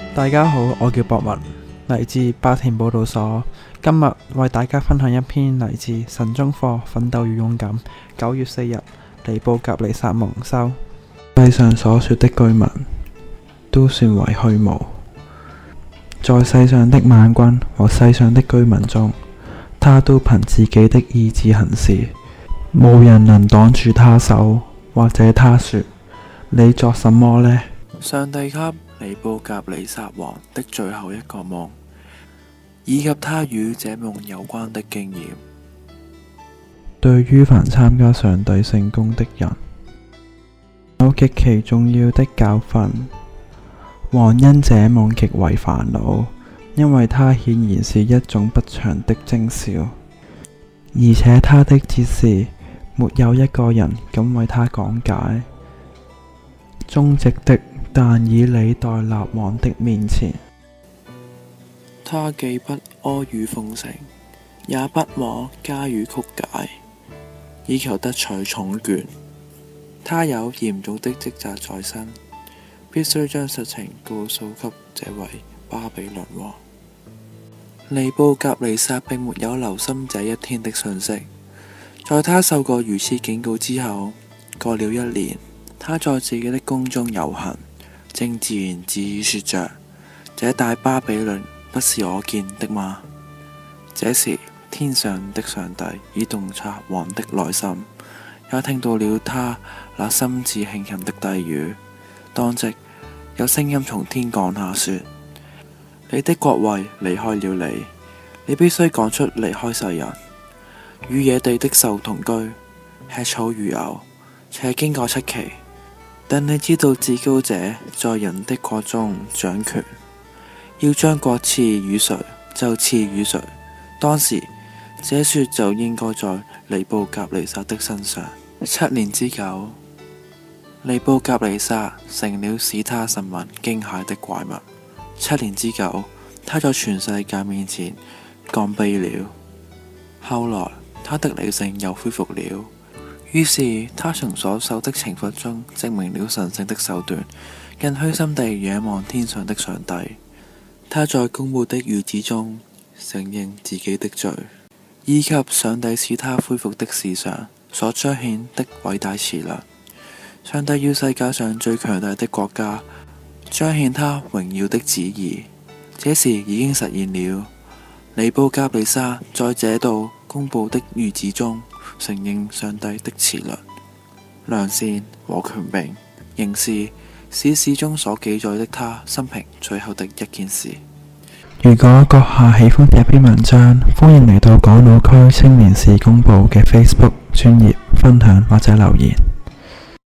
大家好，我叫博文，嚟自白田報道所。今日為大家分享一篇嚟自神中課《奮鬥與勇敢》9月4日尼布甲尼撒蒙羞。世上所說的據聞，都算為虛無。在世上的萬軍和世上的居民中，他都憑自己的意志行事，無人能擋住他手。或者他說：你作什麼呢？ 上帝給尼布甲尼撒王的最後一個夢，以及他與這夢有關的經驗， 對於凡參加上帝聖工的人，有極其重要的教訓。王因這夢極為煩惱，因為它顯然是一種不祥的徵兆，而且他的哲士沒有一個人敢為他講解。忠直的但以理代立王的面前， 他既不阿諛奉承，也不妄加以曲解，以求得取重權。他有嚴重的職責在身，必須將實情告訴給這位巴比倫王。尼布甲尼撒並沒有留心這一天的訊息。在他受過如此警告之後，過了1年，他在自己的宮中遊行，正自言自語說着：這大巴比倫不是我建的嗎？這時天上的上帝已洞察王的內心，也聽到了他那心智慶幸的低語。當即有聲音從天降下說：你的國位離開了你，你必須趕出離開世人，與野地的獸同居，吃草如牛，且經過7期。但你知道至高者在人的國中掌權，要將國賜予誰就賜予誰。當時這說就應該在尼布甲尼撒的身上。7年之久，尼布甲尼撒成了使他十分驚駭的怪物。7年之久，他在全世界面前降卑了。後來他的理性又恢復了，於是他從所受的懲罰中證明了神聖的手段，更虛心地仰望天上的上帝。他在公布的諭旨中承認自己的罪，以及上帝使他恢復的事上所彰顯的偉大慈良。上帝要世界上最強大的國家彰顯他榮耀的旨意，這事已經實現了。尼布甲尼撒在這度公布的諭旨中承認上帝的慈良、良善和權柄，仍是史事中所記載的他生平最後的一件事。 如果閣下喜歡這篇文章，歡迎嚟到港島區青年事工部嘅 Facebook 專頁分享或者留言。